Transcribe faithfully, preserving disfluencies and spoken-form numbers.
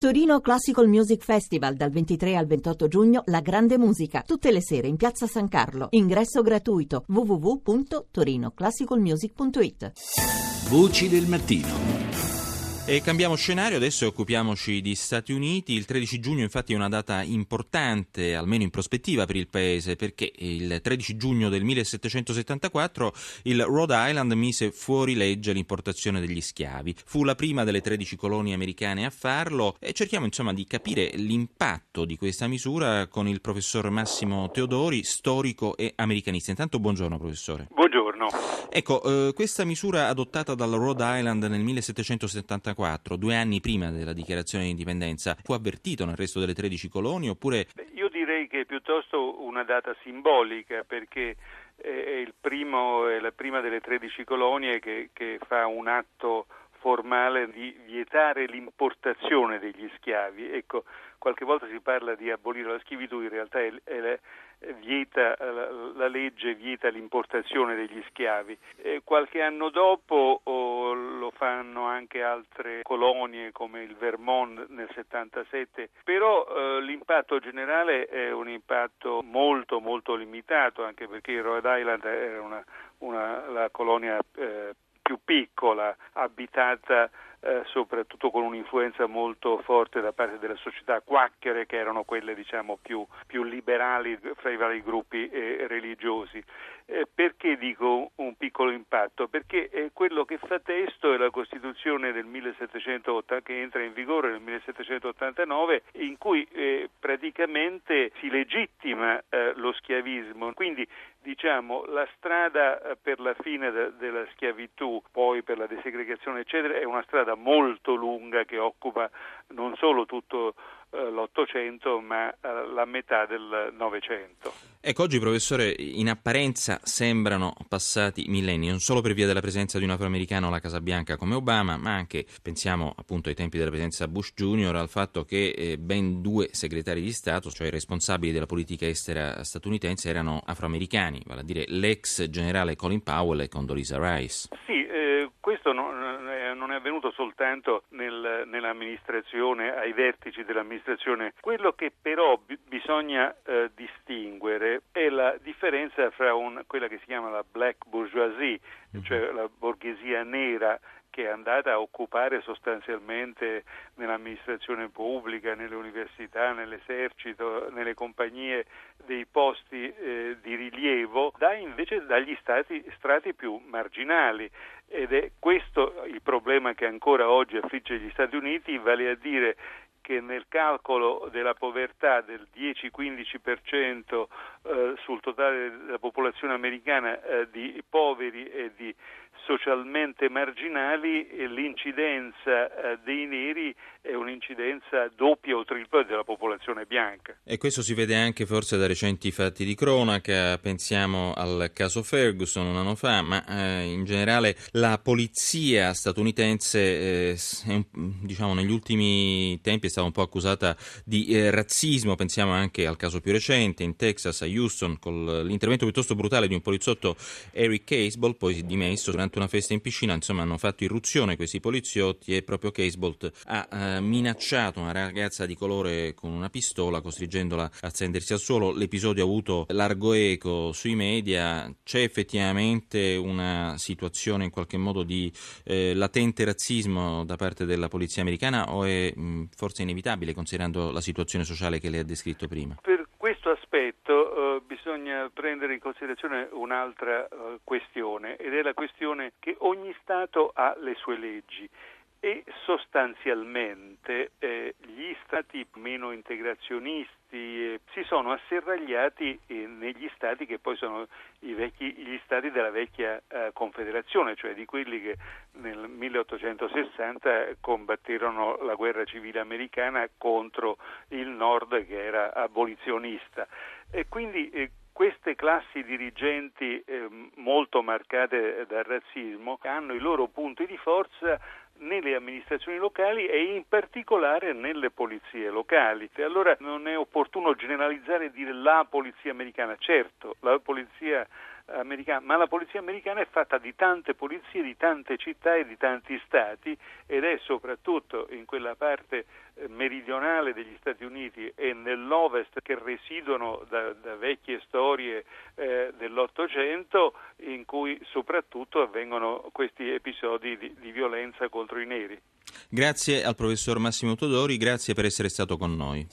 Torino Classical Music Festival dal ventitré al ventotto giugno, la grande musica, tutte le sere in Piazza San Carlo. Ingresso gratuito w w w punto torino classical music punto it. Voci del mattino. E cambiamo scenario, adesso occupiamoci di Stati Uniti. Il tredici giugno infatti è una data importante, almeno in prospettiva per il paese, perché il tredici giugno del millesettecentosettantaquattro il Rhode Island mise fuori legge l'importazione degli schiavi. Fu la prima delle tredici colonie americane a farlo e cerchiamo insomma di capire l'impatto di questa misura con il professor Massimo Teodori, storico e americanista. Intanto buongiorno professore. Buongiorno. Ecco, eh, questa misura adottata dal Rhode Island nel millesettecentosettantaquattro, due anni prima della dichiarazione di indipendenza, fu avvertito nel resto delle tredici colonie oppure... Io direi che è piuttosto una data simbolica, perché è il primo, è la prima delle tredici colonie che, che fa un atto formale di vietare l'importazione degli schiavi. Ecco, qualche volta si parla di abolire la schiavitù, in realtà è, è, è vieta, la, la legge vieta l'importazione degli schiavi. E qualche anno dopo oh, lo fanno anche altre colonie come il Vermont nel settantasette, però eh, l'impatto generale è un impatto molto molto limitato, anche perché il Rhode Island era una, una, la colonia eh, più piccola, abitata eh, soprattutto con un'influenza molto forte da parte delle società quacchere, che erano quelle diciamo più, più liberali fra i vari gruppi eh, religiosi. Eh, perché dico un piccolo impatto? Perché eh, quello che fa testo è la Costituzione del millesettecentottanta, che entra in vigore nel millesettecentottantanove, in cui eh, praticamente si legittima eh, lo schiavismo. Quindi diciamo la strada per la fine de- della schiavitù, poi per la desegregazione eccetera, è una strada molto lunga che occupa non solo tutto eh, l'Ottocento ma eh, la metà del Novecento. Ecco, oggi professore, in apparenza sembrano passati millenni, non solo per via della presenza di un afroamericano alla Casa Bianca come Obama, ma anche, pensiamo appunto ai tempi della presidenza Bush Junior, al fatto che eh, ben due segretari di Stato, cioè i responsabili della politica estera statunitense, erano afroamericani, vale a dire l'ex generale Colin Powell e Condoleezza Rice. Sì, eh, questo non, non è avvenuto soltanto nel, nell'amministrazione, ai vertici dell'amministrazione. Quello che però b- bisogna eh, distinguere è la differenza fra un, quella che si chiama la black bourgeoisie, mm-hmm. cioè la borghesia nera, che è andata a occupare sostanzialmente nell'amministrazione pubblica, nelle università, nell'esercito, nelle compagnie dei posti eh, di rilievo, da invece dagli stati, strati più marginali. Ed è questo il problema che ancora oggi affligge gli Stati Uniti, vale a dire che nel calcolo della povertà del dieci-quindici per cento eh, sul totale della popolazione americana eh, di poveri e di socialmente marginali, e l'incidenza eh, dei neri è un'incidenza doppia o tripla della popolazione bianca. E questo si vede anche forse da recenti fatti di cronaca, pensiamo al caso Ferguson un anno fa, ma eh, in generale la polizia statunitense eh, è un, diciamo negli ultimi tempi è stata un po' accusata di eh, razzismo. Pensiamo anche al caso più recente in Texas, a Houston, con l'intervento piuttosto brutale di un poliziotto, Eric Casebolt, poi dimesso durante una festa in piscina. Insomma, hanno fatto irruzione questi poliziotti e proprio Casebolt ha eh, minacciato una ragazza di colore con una pistola, costringendola a stendersi al suolo. L'episodio ha avuto largo eco sui media. C'è effettivamente una situazione in qualche modo di eh, latente razzismo da parte della polizia americana, o è mh, forse inevitabile considerando la situazione sociale che lei ha descritto prima? Per questo aspetto eh, bisogna prendere in considerazione un'altra eh, questione, ed è la questione che ogni Stato ha le sue leggi e sostanzialmente eh, gli Stati meno integrazionisti eh, si sono asserragliati eh, negli Stati che poi sono i vecchi, gli Stati della vecchia eh, Confederazione, cioè di quelli che nel milleottocentosessanta combatterono la guerra civile americana contro il Nord che era abolizionista. E quindi eh, queste classi dirigenti eh, molto marcate dal razzismo hanno i loro punti di forza nelle amministrazioni locali e in particolare nelle polizie locali. E allora non è opportuno generalizzare e dire la polizia americana. Certo, la polizia americana, ma la polizia americana è fatta di tante polizie, di tante città e di tanti stati, ed è soprattutto in quella parte meridionale degli Stati Uniti e nell'ovest che residuano da, da vecchie storie eh, dell'Ottocento, in cui soprattutto avvengono questi episodi di, di violenza contro i neri. Grazie al professor Massimo Todori, grazie per essere stato con noi.